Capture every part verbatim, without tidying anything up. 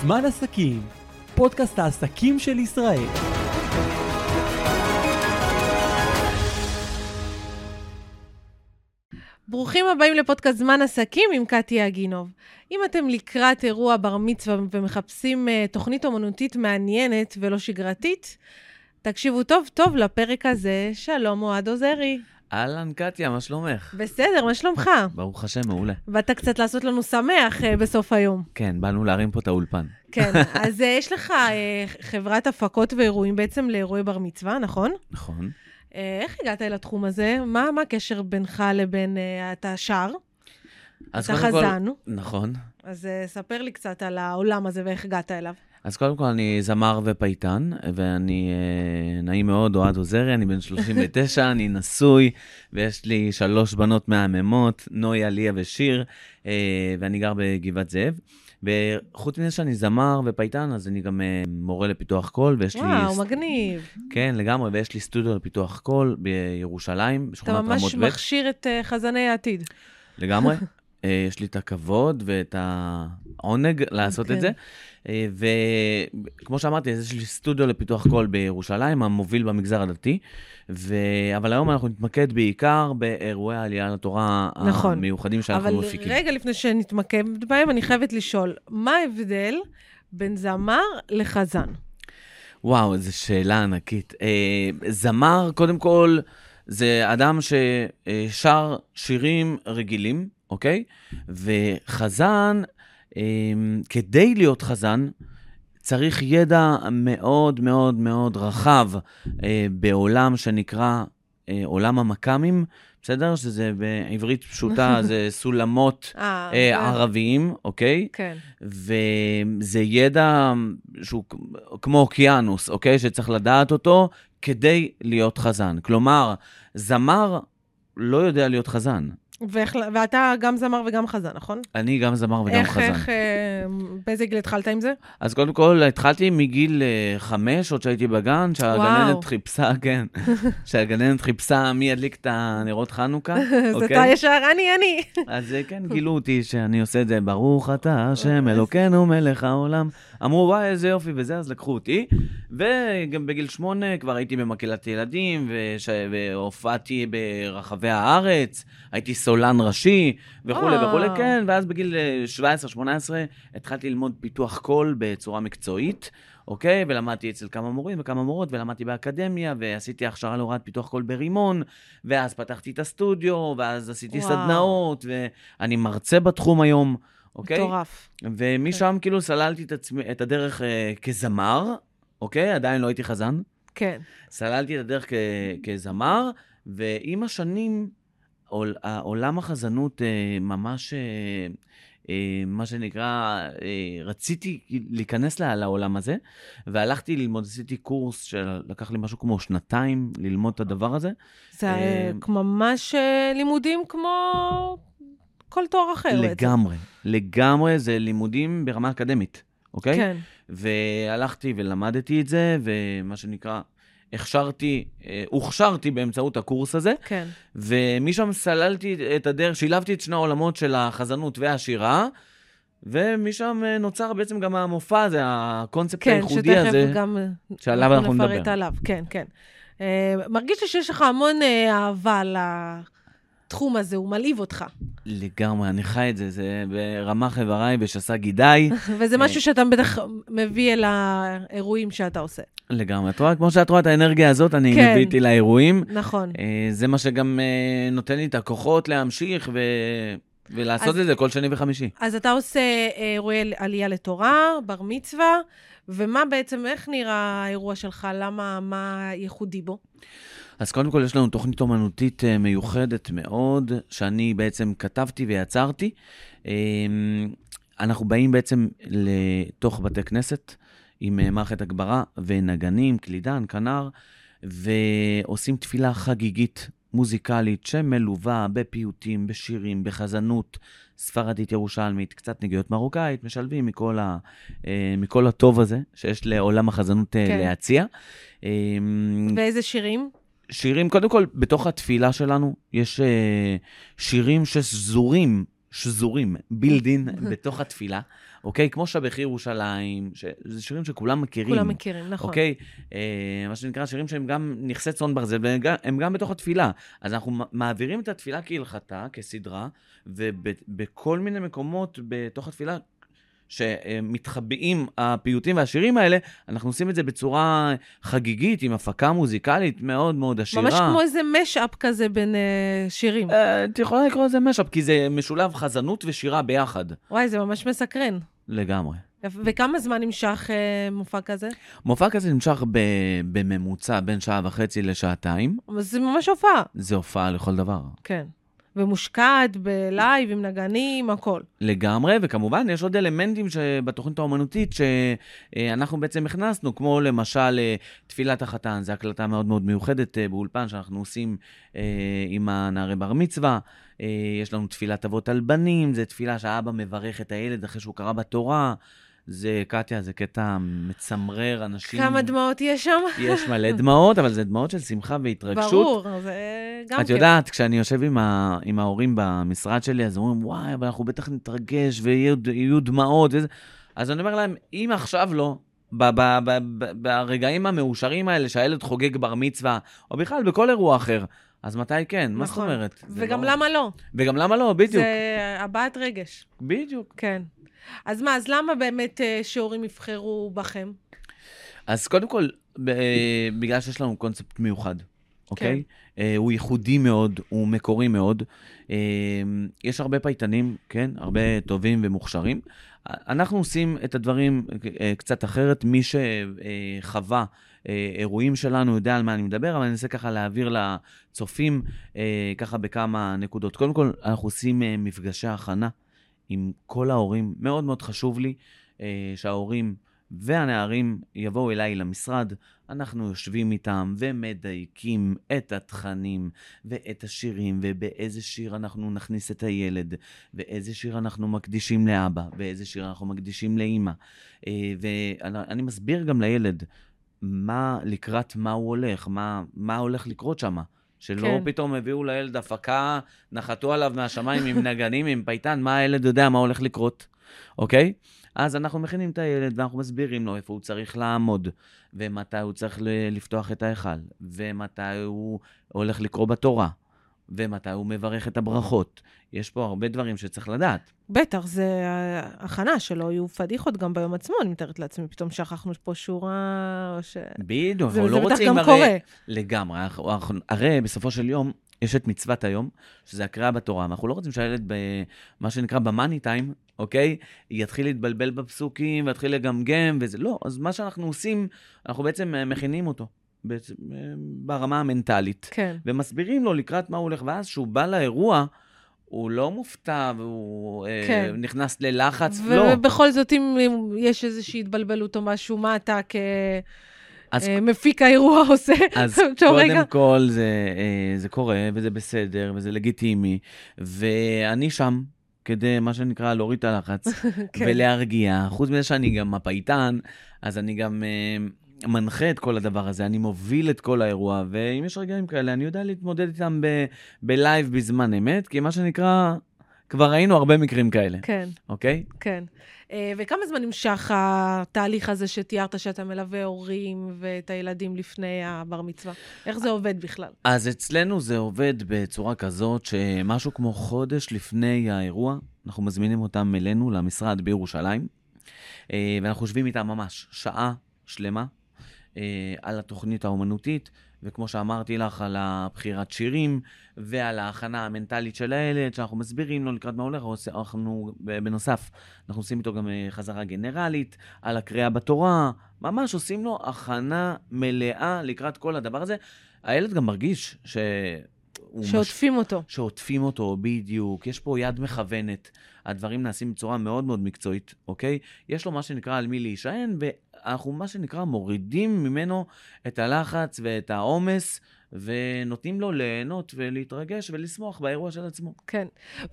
זמן עסקים, פודקאסט העסקים של ישראל. ברוכים הבאים לפודקאסט זמן עסקים עם קטיה אגינוב. אם אתם לקראת אירוע בר מצווה ומחפשים תוכנית אומנותית מעניינת ולא שגרתית, תקשיבו טוב טוב לפרק הזה. שלום אוהד עוזרי. אהלן קטיה, מה שלומך? בסדר, מה שלומך? ברוך השם, מעולה. באת קצת לעשות לנו שמח בסוף היום. כן, באנו להרים פה את האולפן. כן, אז יש לך חברת הפקות ואירועים בעצם לאירועי בר מצווה, נכון? נכון. איך הגעת אל התחום הזה? מה, מה הקשר בינך לבין אתה שר? אתה חזן. כל... נכון. אז ספר לי קצת על העולם הזה ואיך הגעת אליו. אז קודם כל אני זמר ופייטן, ואני אה, נעים מאוד, אוהד עוזרי, אני בן שלושים ותשע, אני נשוי, ויש לי שלוש בנות מהממות, נויה, ליה ושיר, אה, ואני גר בגבעת זאב. וחוץ מזה שאני זמר ופייטן, אז אני גם אה, מורה לפיתוח קול, ויש וואו, לי... וואו, מגניב. כן, לגמרי, ויש לי סטודיו לפיתוח קול בירושלים, בשכונת רמות ב'. אתה ממש מכשיר את uh, חזני העתיד. לגמרי. יש לי את הכבוד ואת העונג לעשות okay. את זה. וכמו שאמרתי, יש לי סטודיו לפיתוח קול בירושלים, המוביל במגזר הדתי, ו... אבל היום אנחנו נתמקד בעיקר באירועי העלייה לתורה נכון. המיוחדים שאנחנו אבל מפיקים. אבל רגע לפני שנתמקד בהם, אני חייבת לשאול, מה ההבדל בין זמר לחזן? וואו, זו שאלה ענקית. זמר, קודם כל, זה אדם ששר שירים רגילים, אוקיי? וחזן, אה, כדי להיות חזן, צריך ידע מאוד מאוד מאוד רחב אה, בעולם שנקרא אה, עולם המקאמים, בסדר? שזה בעברית פשוטה, זה סולמות אה, אה, ערביים, אוקיי? כן. וזה ידע שהוא כמו אוקיינוס, אוקיי? שצריך לדעת אותו כדי להיות חזן. כלומר, זמר לא יודע להיות חזן. ואיך, ואתה גם זמר וגם חזן, נכון? אני גם זמר וגם איך, חזן. איך, באיזה גיל התחלת עם זה? אז קודם כל, התחלתי מגיל חמש, עוד שהייתי בגן, שהגננת חיפשה, כן, שהגננת חיפשה מי ידליק את הנרות חנוכה. אז אתה ישר, אני, אני. אז כן, גילו אותי שאני עושה את זה, ברוך אתה, השם אלוקינו מלך העולם. אמרו, וואי, איזה יופי וזה, אז לקחו אותי. וגם בגיל שמונה כבר הייתי במקהלת ילדים, והופעתי ברחבי הארץ, הייתי סולן ראשי, וכולי וכולי, כן, ואז בגיל שבע עשרה שמונה עשרה התחלתי ללמוד פיתוח קול בצורה מקצועית, אוקיי? ולמדתי אצל כמה מורים וכמה מורות, ולמדתי באקדמיה, ועשיתי הכשרה להוראת פיתוח קול ברימון, ואז פתחתי את הסטודיו, ואז עשיתי וואו. סדנאות, ואני מרצה בתחום היום, אוקיי? מטורף. ומשם כן. כאילו סללתי את, עצמי, את הדרך אה, כזמר, אוקיי? עדיין לא הייתי חזן. כן. סללתי את הדרך כ, כזמר, ועם השנים, עול, עולם החזנות אה, ממש, אה, אה, מה שנקרא, אה, רציתי להיכנס לה, לעולם הזה, והלכתי ללמוד, עשיתי קורס שלקח לי משהו כמו שנתיים ללמוד את הדבר הזה. זה אה, ממש אה, לימודים כמו כל תואר אחר. לגמרי, בעצם. לגמרי זה לימודים ברמה אקדמית, אוקיי? כן. והלכתי ולמדתי את זה, ומה שנקרא, הכשרתי, הוכשרתי באמצעות הקורס הזה, כן. ומשם סללתי את הדרך, שילבתי את שני העולמות של החזנות והשירה, ומשם נוצר בעצם גם המופע הזה, הקונספט כן, הייחודי הזה, גם שעליו אנחנו נדבר. נפרט עליו, כן, כן. מרגיש לי שיש לך המון אהבה לתחום הזה, הוא מלהיב אותך. לגמרי, אני חי את זה, זה ברמה חבריי, בשסה גידיי. וזה משהו שאתה בטח מביא אל האירועים שאתה עושה. לגמרי, את רואה, כמו שאת רואה את האנרגיה הזאת, אני כן. מביא איתי לאירועים. נכון. זה מה שגם נותן לי את הכוחות להמשיך ו... ולעשות אז, את זה כל שני וחמישי. אז אתה עושה אירועי עלייה לתורה, בר מצווה, ומה בעצם, איך נראה האירוע שלך? למה, מה ייחודי בו? אז קודם כל יש לנו תוכנית אומנותית מיוחדת מאוד, שאני בעצם כתבתי ויצרתי. אנחנו באים בעצם לתוך בתי כנסת, עם מערכת הגברה ונגנים, קלידן, כנר, ועושים תפילה חגיגית, מוזיקלית, שמלווה בפיוטים, בשירים, בחזנות, ספרדית ירושלמית, קצת נגיעות מרוקאית, משלבים מכל, ה, מכל הטוב הזה, שיש לעולם החזנות כן. להציע. ואיזה שירים? שירים, קודם כל, בתוך התפילה שלנו, יש שירים שזורים שזורים, בילדין, בתוך התפילה, אוקיי? כמו שבחי ירושלים, זה שירים שכולם מכירים. כולם מכירים, נכון. אוקיי? מה שנקרא, שירים שהם גם נכסי צאן ברזל, והם גם בתוך התפילה. אז אנחנו מעבירים את התפילה כהלכתה, כסדרה, ובכל מיני מקומות בתוך התפילה, שמתחבאים הפיוטים והשירים האלה, אנחנו עושים את זה בצורה חגיגית, עם הפקה מוזיקלית מאוד מאוד עשירה. ממש כמו איזה משאפ כזה בין uh, שירים. את יכולה לקרוא לזה משאפ, כי זה משולב חזנות ושירה ביחד. וואי, זה ממש מסקרן. לגמרי. וכמה זמן נמשך uh, מופע כזה? מופע כזה נמשך ב- בממוצע בין שעה וחצי לשעתיים. זה ממש הופעה. זה הופעה לכל דבר. כן. ומושקעת בלייב, עם נגנים, הכל. לגמרי, וכמובן יש עוד אלמנטים בתוכנית האומנותית שאנחנו בעצם הכנסנו, כמו למשל תפילת החתן, זו הקלטה מאוד מאוד מיוחדת באולפן שאנחנו עושים עם הנערי בר מצווה, יש לנו תפילת אבות על בנים, זו תפילה שהאבא מברך את הילד אחרי שהוא קרא בתורה, זה, קטיה, זה קטע מצמרר, אנשים... כמה דמעות יש שם? יש מלא דמעות, אבל זה דמעות של שמחה והתרגשות. ברור, זה גם את כן. יודעת, כשאני יושב עם, ה... עם ההורים במשרד שלי, אז אומרים, וואי, אבל אנחנו בטח נתרגש ויהיו דמעות. וזה... אז אני אומר להם, אם עכשיו לא, ב- ב- ב- ב- ברגעים המאושרים האלה, שהילד חוגג בר מצווה, או בכלל בכל אירוע אחר, אז מתי כן? מה זאת נכון. אומרת? וגם לא... למה לא? וגם למה לא, בדיוק. זה הבעת רגש. בדיוק. כן. אז מה, אז למה באמת uh, שהורים יבחרו בכם? אז קודם כל, ב- בגלל שיש לנו קונספט מיוחד, אוקיי? Uh, הוא ייחודי מאוד, הוא מקורי מאוד. Uh, יש הרבה פייטנים, כן? הרבה טובים ומוכשרים. אנחנו עושים את הדברים uh, קצת אחרת. מי שחווה uh, אירועים שלנו יודע על מה אני מדבר, אבל אני אנסה ככה להעביר לצופים uh, ככה בכמה נקודות. קודם כל, אנחנו עושים uh, מפגשי הכנה עם כל ההורים. מאוד מאוד חשוב לי uh, שההורים והנערים יבואו אליי למשרד, אנחנו יושבים איתם ומדייקים את התכנים ואת השירים, ובאיזה שיר אנחנו נכניס את הילד, ואיזה שיר אנחנו מקדישים לאבא, ואיזה שיר אנחנו מקדישים לאמא. ואני מסביר גם לילד מה, לקראת מה הוא הולך, מה, מה הולך לקרות שם. שלא כן. פתאום הביאו לילד הפקה, נחתו עליו מהשמיים עם נגנים, עם פייטן, מה הילד יודע מה הולך לקרות, אוקיי? אז אנחנו מכינים את הילד ואנחנו מסבירים לו איפה הוא צריך לעמוד, ומתי הוא צריך לפתוח את ההיכל, ומתי הוא הולך לקרוא בתורה, ומתי הוא מברך את הברכות. יש פה הרבה דברים שצריך לדעת. בטח, זה הכנה שלו, יהיו פדיחות גם ביום עצמו, אני מתארת לעצמי, פתאום שכחנו פה שורה, או ש... בדיוק, זה, אבל זה לא בטח רוצים גם הרי... קורה. לגמרי, הרי בסופו של יום, יש את מצוות היום, שזה הקריאה בתורה, ואנחנו לא רוצים שהילד, במה שנקרא במאני טיים, אוקיי? יתחיל להתבלבל בפסוקים, ויתחיל לגמגם, וזה לא. אז מה שאנחנו עושים, אנחנו בעצם מכינים אותו, בעצם, ברמה המנטלית. כן. ומסבירים לו לקראת מה הוא הולך, ואז שהוא בא לאירוע, הוא לא מופתע, והוא כן. אה, נכנס ללחץ, ו- לא. ובכל זאת, אם יש איזושהי התבלבלות או משהו, מה אתה כ... אז, מפיק האירוע עושה. אז קודם כל זה, זה קורה, וזה בסדר, וזה לגיטימי, ואני שם כדי, מה שנקרא, להוריד את הלחץ, ולהרגיע. חוץ מזה שאני גם הפייטן, אז אני גם מנחה את כל הדבר הזה, אני מוביל את כל האירוע, ואם יש רגעים כאלה, אני יודע להתמודד איתם ב- בלייב בזמן אמת, כי מה שנקרא, כבר ראינו הרבה מקרים כאלה. כן. אוקיי? כן. וכמה זמן נמשך התהליך הזה שתיארת שאתה מלווה הורים ואת הילדים לפני הבר מצווה? איך זה עובד בכלל? אז אצלנו זה עובד בצורה כזאת שמשהו כמו חודש לפני האירוע, אנחנו מזמינים אותם אלינו למשרד בירושלים, ואנחנו חושבים איתם ממש שעה שלמה על התוכנית האומנותית, וכמו שאמרתי לך, על הבחירת שירים, ועל ההכנה המנטלית של הילד, שאנחנו מסבירים לו לקראת מה הולך, אנחנו, בנוסף, אנחנו עושים איתו גם חזרה גנרלית, על הקריאה בתורה, ממש עושים לו הכנה מלאה לקראת כל הדבר הזה. הילד גם מרגיש ש... שעוטפים מש... אותו. שעוטפים אותו, בדיוק. יש פה יד מכוונת. הדברים נעשים בצורה מאוד מאוד מקצועית, אוקיי? יש לו מה שנקרא על מי להישען, ואנחנו מה שנקרא מורידים ממנו את הלחץ ואת העומס, ונותנים לו ליהנות ולהתרגש ולשמוח באירוע של עצמו. כן.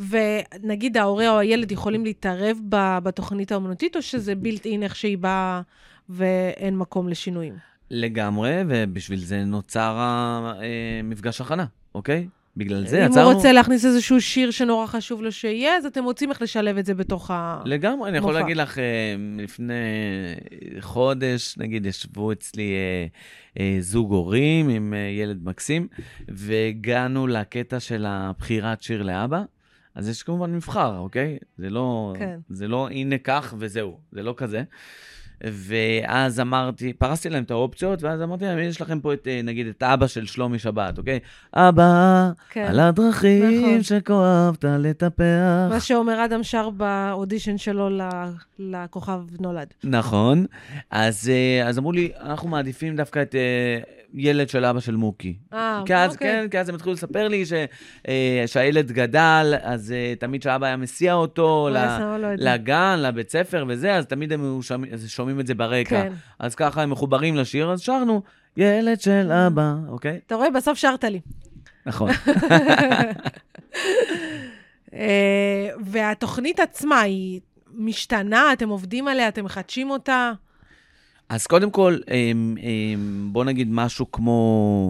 ונגיד ההורה או הילד יכולים להתערב בתוכנית האומנותית, או שזה בילט אין איך שהיא באה ואין מקום לשינויים? לגמרי, ובשביל זה נוצר המפגש הכנה, אוקיי? בגלל זה אם יצרנו... הוא רוצה להכניס איזשהו שיר שנורא חשוב לו שיהיה, אז אתם רוצים איך לשלב את זה בתוך המופע. לגמרי, אני יכול להגיד לך, לפני חודש, נגיד, ישבו אצלי זוג הורים עם ילד מקסים, והגענו לקטע של הבחירת שיר לאבא, אז יש כמובן מבחר, אוקיי? זה לא, כן. זה לא הנה כך וזהו, זה לא כזה. ואז אמרתי, פרסתי להם את האופציות, ואז אמרתי להם, יש לכם פה את, נגיד, את אבא של שלומי שבת, אוקיי? אבא, כן. על הדרכים נכון. שכואבת לטפח. מה שאומר אדם שר באודישן שלו לכוכב נולד. נכון. אז, אז אמרו לי, אנחנו מעדיפים דווקא את ילד של אבא של מוקי. אה, כי אז, אוקיי. כן, כי אז הם התחילו לספר לי ש, שהילד גדל, אז תמיד שהאבא היה מסיע אותו הוא היה שם לו את זה. לגן, לבית ספר וזה, אז תמיד הם שומעים, שומעים את זה ברקע. כן. אז ככה הם מחוברים לשיר, אז שרנו, ילד של אבא, אוקיי? אתה רואה, בסוף שרת לי. נכון. אה, והתוכנית עצמה היא משתנה, אתם עובדים עליה, אתם מחדשים אותה? אז קודם כל, בוא נגיד משהו כמו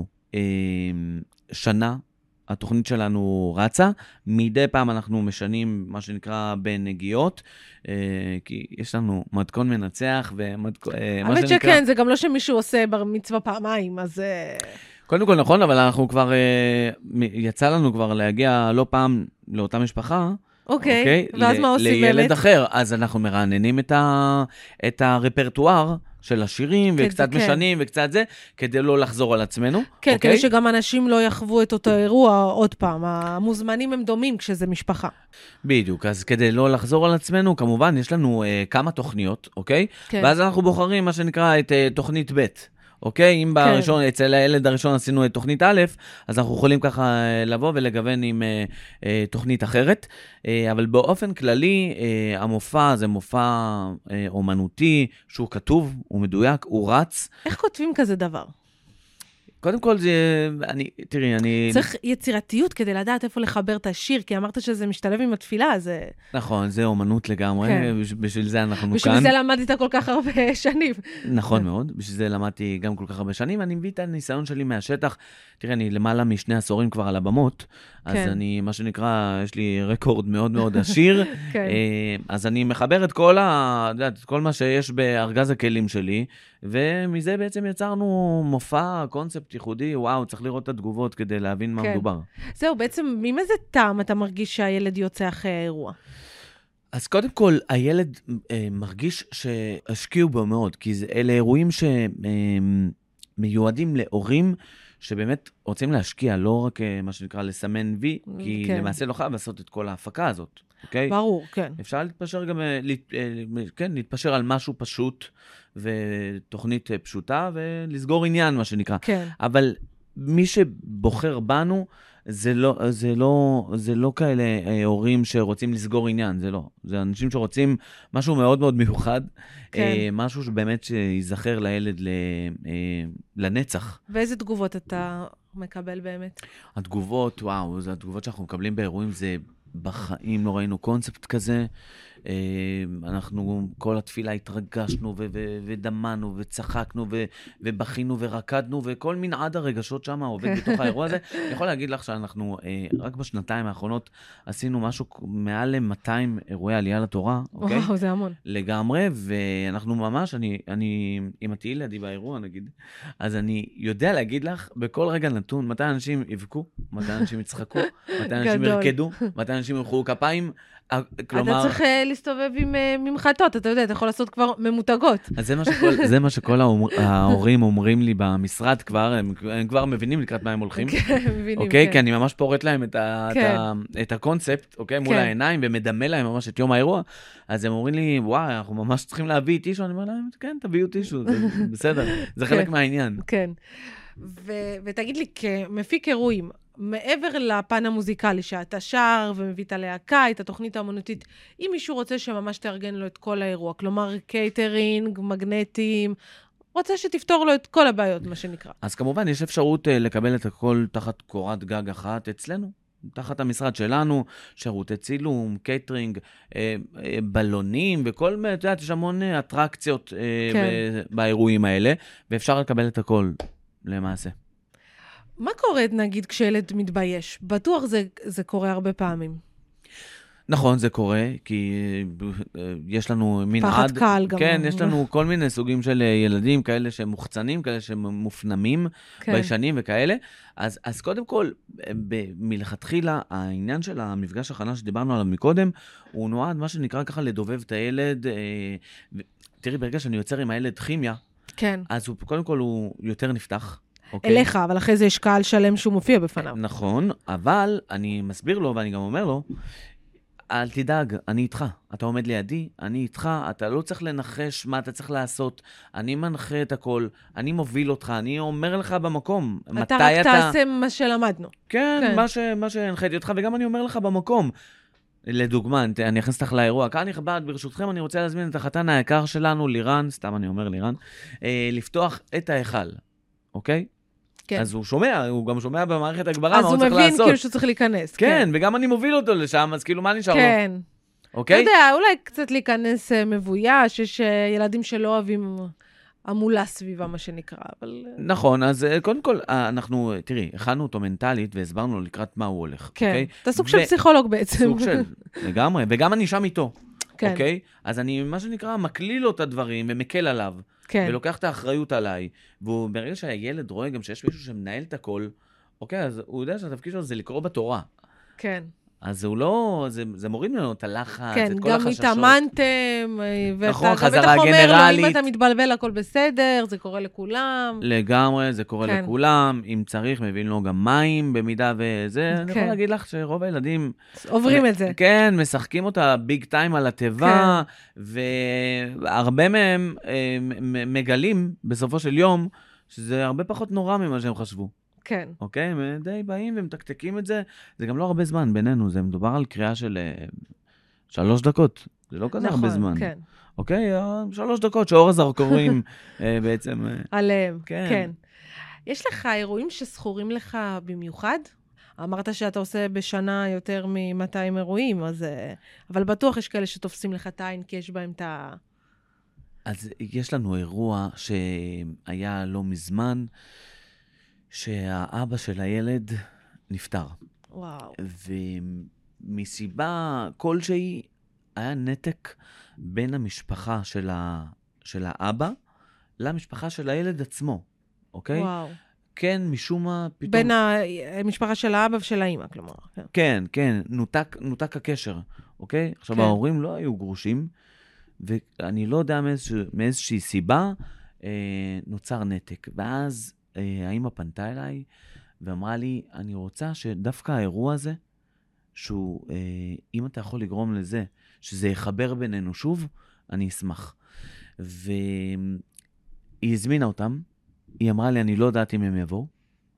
שנה, התוכנית שלנו רצה, מדי פעם אנחנו משנים מה שנקרא בנגיעות, כי יש לנו מתכון מנצח ומתכון, מה האמת שנקרא... שכן, זה גם לא שמישהו עושה בר מצווה פעמיים, אז... קודם כל נכון, אבל אנחנו כבר, יצא לנו כבר להגיע לא פעם לאותה משפחה, אוקיי, אוקיי? ואז ל- מה עושים לילד באמת? אחר, אז אנחנו מרעננים את, ה- את הרפרטואר של השירים, כן, וקצת זה כן. משנים וקצת זה, כדי לא לחזור על עצמנו. כן, אוקיי? כדי שגם אנשים לא יחוו את אותו אירוע עוד פעם. המוזמנים הם דומים כשזה משפחה. בדיוק, אז כדי לא לחזור על עצמנו, כמובן, יש לנו אה, כמה תוכניות, אוקיי? כן. ואז אנחנו בוחרים מה שנקרא את אה, תוכנית ב'. אוקיי? אם בראשון, אצל הילד הראשון עשינו את תוכנית א', אז אנחנו יכולים ככה אה, לבוא ולגוון עם אה, אה, תוכנית אחרת. אה, אבל באופן כללי, אה, המופע זה מופע אה, אומנותי, שהוא כתוב, הוא מדויק, הוא רץ. איך כותבים כזה דבר? קודם כל זה, אני, תראי, אני... צריך יצירתיות כדי לדעת איפה לחבר את השיר, כי אמרת שזה משתלב עם התפילה, זה... נכון, זה אומנות לגמרי, כן. בש- בשביל זה אנחנו בשביל כאן. זה למדת כל כך הרבה שנים. נכון מאוד, בשביל זה למדתי גם כל כך הרבה שנים, אני מביא את הניסיון שלי מהשטח. תראה, אני למעלה משני עשורים כבר על הבמות, אז כן. אני, מה שנקרא, יש לי רקורד מאוד מאוד עשיר, כן. אה, אז אני מחבר את כל ה... את יודעת, את כל מה שיש בארגז הכלים שלי, ומזה בעצם יצרנו מופע, קונספט ייחודי, וואו, צריך לראות את התגובות כדי להבין מה כן. מדובר. זהו, בעצם, עם איזה טעם אתה מרגיש שהילד יוצא אחרי האירוע? אז קודם כל, הילד אה, מרגיש שהשקיעו בו מאוד, כי זה, אלה אירועים שמיועדים להורים שבאמת רוצים להשקיע, לא רק אה, מה שנקרא לסמן וי, כי כן. למעשה לא חייב לעשות את כל ההפקה הזאת, אוקיי? ברור, כן. אפשר להתפשר גם, אה, להת, אה, כן, להתפשר על משהו פשוט ותוכנית אה, פשוטה ולסגור עניין, מה שנקרא. כן. אבל מי שבוחר בנו, זה לא, זה לא, זה לא כאלה אה, הורים שרוצים לסגור עניין, זה לא. זה אנשים שרוצים משהו מאוד מאוד מיוחד, כן. אה, משהו שבאמת שיזכר לילד ל, אה, לנצח. ואיזה תגובות אתה מקבל באמת? התגובות, וואו, זה התגובות שאנחנו מקבלים באירועים, זה בחיים לא ראינו קונספט כזה. אה, אנחנו כל התפילה התרגשנו ו- ו- ודמנו וצחקנו ו- ובכינו ורקדנו, וכל מנעד הרגשות שם עובד בתוך האירוע הזה. אני יכול להגיד לך שאנחנו אה, רק בשנתיים האחרונות עשינו משהו מעל ל-מאתיים אירועי עלייה לתורה, אוקיי? וואו, זה המון. לגמרי, ואנחנו ממש, אני, אני, אם את תהיי לידי באירוע, נגיד, אז אני יודע להגיד לך בכל רגע נתון, מתי אנשים יבכו, מתי אנשים יצחקו, מתי אנשים גדול. ירקדו, מתי אנשים ימחאו כפיים, אה, כלומר... אתה צריך אה, להסתובב עם אה, ממחטות, אתה יודע, אתה יכול לעשות כבר ממותגות. אז זה מה שכל, זה מה שכל ההומר- ההורים אומרים לי במשרד כבר, הם, הם כבר מבינים לקראת מה הם הולכים. כן, מבינים, אוקיי? כן. כי אני ממש פורט להם את, ה, כן. את, ה, את הקונספט, אוקיי? מול כן. העיניים, ומדמה להם ממש את יום האירוע. אז הם אומרים לי, וואי, אנחנו ממש צריכים להביא טישו. אני אומר להם, כן, תביאו טישו, זה בסדר. זה חלק כן. מהעניין. כן. ו- ותגיד לי, כמפיק אירועים, מעבר לפן המוזיקלי שאתה שר ומביא את הלהקה, את התוכנית האמנותית, אם מישהו רוצה שממש תארגן לו את כל האירוע, כלומר קייטרינג, מגנטים, רוצה שתפתור לו את כל הבעיות, מה שנקרא. אז כמובן, יש אפשרות אה, לקבל את הכל תחת קורת גג אחת אצלנו. תחת המשרד שלנו, שירותי צילום, קייטרינג, אה, אה, בלונים, וכל, את יודעת, יש המון אה, אטרקציות אה, כן. ב- באירועים האלה, ואפשר לקבל את הכל, למעשה. מה קורה, נגיד, כשילד מתבייש? בטוח זה, זה קורה הרבה פעמים. נכון, זה קורה, כי יש לנו מנעד... פחד קל גם. כן, יש לנו כל מיני סוגים של ילדים, כאלה שהם מוחצנים, כאלה שהם מופנמים, כן. ביישנים וכאלה. אז, אז קודם כל, מלכתחילה, העניין של המפגש הכנה שדיברנו עליו מקודם, הוא נועד, מה שנקרא ככה, לדובב את הילד. תראי, ברגע שאני יוצר עם הילד כימיה, כן. אז הוא, קודם כל הוא יותר נפתח. אוקיי? אליך, אבל אחרי זה יש קהל שלם שהוא מופיע בפניו. נכון, אבל אני מסביר לו, ואני גם אומר לו, אל תדאג, אני איתך. אתה עומד לידי, אני איתך, אתה לא צריך לנחש מה אתה צריך לעשות. אני מנחה את הכל, אני מוביל אותך, אני אומר לך במקום. אתה רק אתה... תעשה מה שלמדנו. כן, כן. מה, ש... מה שהנחיתי אותך, וגם אני אומר לך במקום. לדוגמה, אני אכנס לך לאירוע. כאן נכבד, ברשותכם, אני רוצה להזמין את החתן היקר שלנו, לירן, סתם אני אומר לירן, אה, לפתוח את ההיכל, אוקיי? כן. אז הוא שומע, הוא גם שומע במערכת הגברה, מה הוא צריך לעשות. אז הוא מבין כאילו שהוא צריך להיכנס. כן, כן, וגם אני מוביל אותו לשם, אז כאילו מה נשאר לו? כן. אוקיי? אתה יודע, אולי קצת להיכנס מבויש, יש ילדים שלא אוהבים עמולה סביבה, מה שנקרא, אבל... נכון, אז קודם כל, אנחנו, תראי, הכנו אותו מנטלית, והסברנו לו לקראת מה הוא הולך, כן, אוקיי? אתה סוג של פסיכולוג בעצם. סוג של, לגמרי, וגם אני שם איתו, אוקיי? אז אני, מה שנקרא, מקליל לו את הדברים ומקל עליו. כן. ולוקח את האחריות עליי, והוא ברגע שהילד רואה גם שיש מישהו שמנהל את הכל, אוקיי, אז הוא יודע שהתפקיד שלו זה לקרוא בתורה. כן. אז הוא לא, זה, זה מוריד ממנו את הלחץ, כן, את כל החששות. כן, גם התאמנתם, נכון, חזרה גנרלית. אם אתה מתבלבל, הכל בסדר, זה קורה לכולם. לגמרי, זה קורה כן. לכולם. אם צריך, מבין לו גם מים, במידה וזה. כן. אני יכול להגיד לך שרוב הילדים... עוברים את זה. כן, משחקים אותה ביג טיים על הטבע, כן. והרבה מהם מגלים בסופו של יום, שזה הרבה פחות נורא ממה שהם חשבו. כן. אוקיי? הם די באים ומתקתקים את זה. זה גם לא הרבה זמן בינינו, זה מדובר על קריאה של שלוש דקות. זה לא כזה הרבה זמן. נכון, כן. אוקיי? שלוש דקות שאור הזרקורים בעצם... עליהם, כן. יש לך אירועים שזכורים לך במיוחד? אמרת שאתה עושה בשנה יותר מ-מאתיים אירועים, אז... אבל בטוח יש כאלה שתופסים לך את העין, כי יש בהם את ה... אז יש לנו אירוע שהיה לא מזמן, שהאבא של הילד נפטר. וואו. ומסיבה כלשהי היה נתק בין המשפחה של, ה... של האבא למשפחה של הילד עצמו, אוקיי? וואו. כן, משום מה פתאום... בין המשפחה של האבא ושל האמא, כלומר. כן, כן, נותק, נותק הקשר, אוקיי? עכשיו, כן. ההורים לא היו גרושים, ואני לא יודע מאיזשה, מאיזושהי סיבה אה, נוצר נתק. ואז אה, האמא פנתה אליי ואמרה לי, אני רוצה שדווקא האירוע הזה, שהוא, אה, אם אתה יכול לגרום לזה, שזה יחבר בינינו שוב, אני אשמח. והיא הזמינה אותם, היא אמרה לי, אני לא יודעת אם הם יבואו,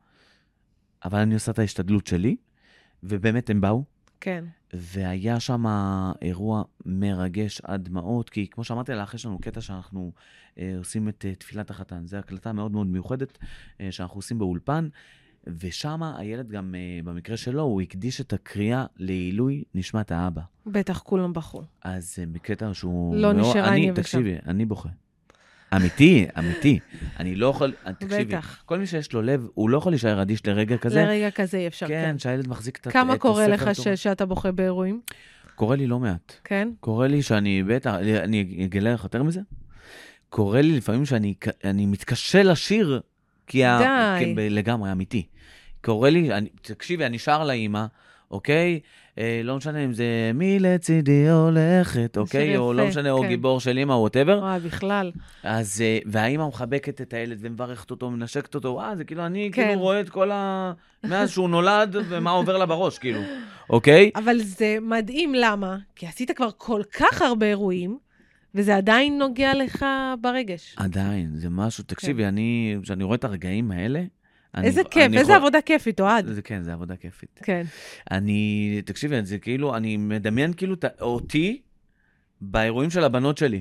אבל אני עושה את ההשתדלות שלי, ובאמת הם באו. כן. והיה שם אירוע מרגש עד דמעות, כי כמו שאמרתי לך, יש לנו קטע שאנחנו אה, עושים את אה, תפילת החתן. זו הקלטה מאוד מאוד מיוחדת אה, שאנחנו עושים באולפן, ושם הילד גם, אה, במקרה שלו, הוא הקדיש את הקריאה לעילוי נשמת האבא. בטח, כולם בחו. אז אה, בקטע שהוא... לא מאוד, נשארה אני, אני תקשיבי, אני בוכה. אמיתי, אמיתי. אני לא יכול... תקשיבי, בטח. כל מי שיש לו לב, הוא לא יכול להישאר אדיש לרגע כזה. לרגע כזה אי אפשר, כן. כן, שהילד מחזיק את הספר. כמה קורה לך ש- שאתה בוכה באירועים? קורה לי לא מעט. כן? קורה לי שאני, בטח, אני אגלה לך יותר מזה? קורה לי לפעמים שאני אני מתקשה לשיר, כי... די. ה, לגמרי, אמיתי. קורה לי, אני, תקשיבי, אני שר לאמא, אוקיי? אה, לא משנה אם זה מי לצידי הולכת, אוקיי? או לא משנה, או גיבור של אמא, או whatever. וואי, בכלל. אז, והאמא מחבקת את הילד ומברכת אותו, מנשקת אותו, וואו, זה כאילו, אני כאילו רואה את כל ה... מאז שהוא נולד, ומה עובר לה בראש, כאילו. אוקיי? אבל זה מדהים, למה? כי עשית כבר כל כך הרבה אירועים, וזה עדיין נוגע לך ברגש. עדיין, זה משהו, תקשיבי, אני, כשאני רואה את הרגעים האלה, איזה כיף, איזה עבודה כיפית, אוהד. זה כן, זה עבודה כיפית. כן. אני, תקשיבי, זה כאילו, אני מדמיין כאילו אותי באירועים של הבנות שלי.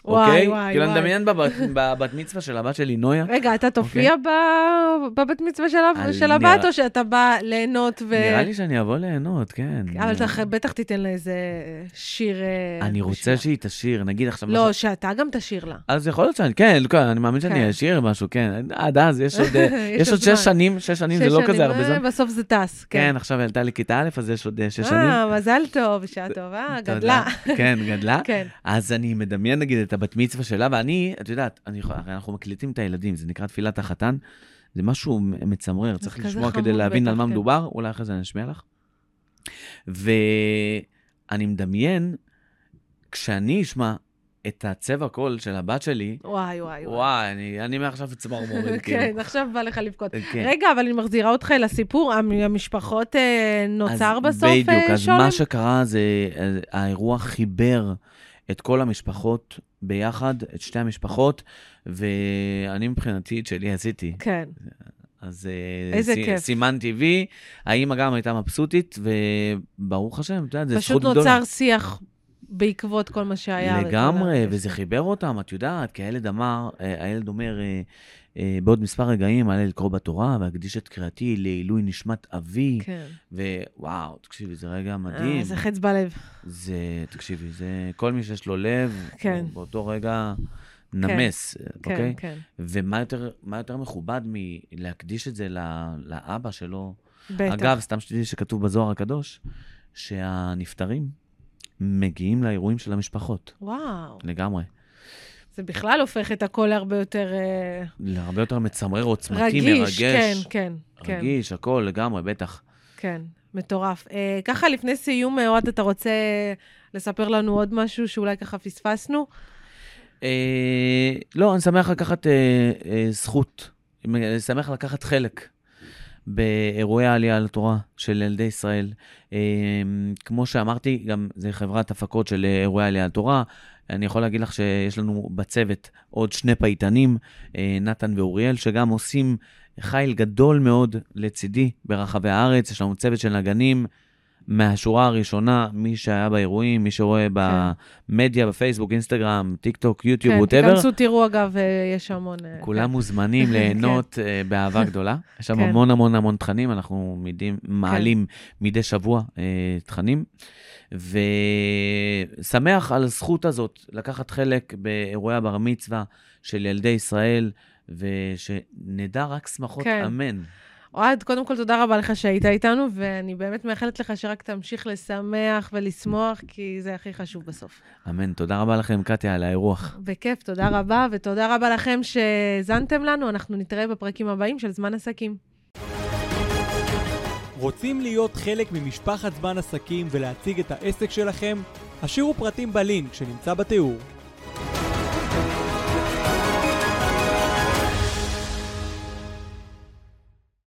וואי, אוקיי? וואי, כאילו, אני וואי. מדמיין בבת- בבת מצווה של הבת שלי, נויה. רגע, אתה תופיע ב- בבת מצווה של ה- על- של הבת, נראה- או שאתה בא ליהנות ו... נראה לי שאני אבוא ליהנות, כן. אבל אתה בטח תיתן לה איזה שיר... אה, אני רוצה בשבילה. שהיא תשיר, נגיד עכשיו... לא, משהו- שאתה גם תשיר לה. אז יכול להיות שאני, כן, כן, אני מאמין כן. שאני אשיר משהו, כן. עד אז, יש עוד אה, יש יש עוד עוד זמן. שש שנים, שש שנים זה שש לא שנים, כזה הרבה אה, זמן. בסוף זה טס, כן. כן, עכשיו העלתה לי כיתה א', אז יש עוד אה, שש שנים. אה, מזל טוב, שעה טובה, תודה. גדלה. כן, גדלה. כן. אז אני מדמיין נגיד את הבת מצווה שלה, ואני, את יודעת, אני יכול- הרי אנחנו מקליטים את הילדים, זה נקרא תפילת החתן, זה משהו מצמרר, צריך כזה לשמוע כדי חמוד להבין בטח, על מה כן. מדובר, אולי אחרי זה אני אשמיע לך. ואני מדמיין, כשאני אשמע את הצבע קול של הבת שלי, וואי, וואי, וואי. וואי, אני- אני מעכשיו צמרמורת, כאילו. כן, עכשיו בא לך לבכות. כן. רגע, אבל אני מחזירה אותך אל הסיפור, המ- המשפחות אה, נוצר אז בסוף, בדיוק, אה, אז שולם? מה שקרה זה, אה, האירוע חיבר את כל המשפחות ביחד, את שתי המשפחות, ואני מבחינתי את שלי עשיתי. כן. אז אה, איזה סי- כיף. סימנתי וי, האמא גם הייתה מבסוטית, וברוך השם, אתה יודע, זה פשוט זכות גדולה. נוצר שיח בעקבות כל מה שהיה. וכל לגמרי, ה- וזה חיבר אותם, את יודעת, כי הילד אמר, אה, הילד אומר, אה, אה, בעוד מספר רגעים עלה לקרוא בתורה, והקדיש את קריאתי לעילוי נשמת אבי, כן. ווואו, תקשיבי, זה רגע אה, מדהים. זה חץ בלב. זה, תקשיבי, זה כל מי שיש לו לב, כן. הוא באותו רגע נמס, כן, אוקיי? כן. ומה יותר, מה יותר מכובד מלהקדיש את זה ל- לאבא שלו? בטח. אגב, סתם שתדעי שכתוב בזוהר הקדוש, שהנפטרים מגיעים לאירועים של המשפחות, וואו. לגמרי. זה בכלל הופך את הכל להרבה יותר אה, להרבה יותר מצמרר, עוצמתי, רגיש. מרגש. כן, כן, כן. רגיש, הכל, לגמרי, בטח. כן, מטורף. אה, ככה, לפני סיום, אה, אוהד, אתה רוצה לספר לנו עוד משהו שאולי ככה פספסנו? אה, לא, אני שמח לקחת אה, אה, זכות, אני שמח לקחת חלק באירועי העלייה לתורה של ילדי ישראל. אה, כמו שאמרתי, גם זה חברת הפקות של אירועי העלייה לתורה. אני יכול להגיד לך שיש לנו בצוות עוד שני פייטנים, אה, נתן ואוריאל, שגם עושים חיל גדול מאוד לצידי ברחבי הארץ. יש לנו צוות של נגנים מהשורה הראשונה, מי שהיה באירועים, מי שרואה במדיה, בפייסבוק, אינסטגרם, טיק טוק, יוטיוב, כן, ווטאבר. תיכנסו, תראו, אגב, אה, יש המון... אה, כולם כן. מוזמנים ליהנות אה, באהבה גדולה. יש שם כן. המון המון המון תכנים, אנחנו מידים- מעלים מדי שבוע אה, תכנים. ושמח על הזכות הזאת לקחת חלק באירועי הבר מצווה של ילדי ישראל, ושנדע רק שמחות, כן. אמן. אוהד, קודם כל תודה רבה לך שהיית איתנו, ואני באמת מאחלת לך שרק תמשיך לשמח ולשמוח, כי זה הכי חשוב בסוף. אמן. תודה רבה לכם, קטיה, על האירוח. בכיף, תודה רבה, ותודה רבה לכם שהזנתם לנו. אנחנו נתראה בפרקים הבאים של זמן עסקים. רוצים להיות חלק ממשפחת זמן עסקים ולהציג את העסק שלכם? השאירו פרטים בלינק שנמצא בתיאור.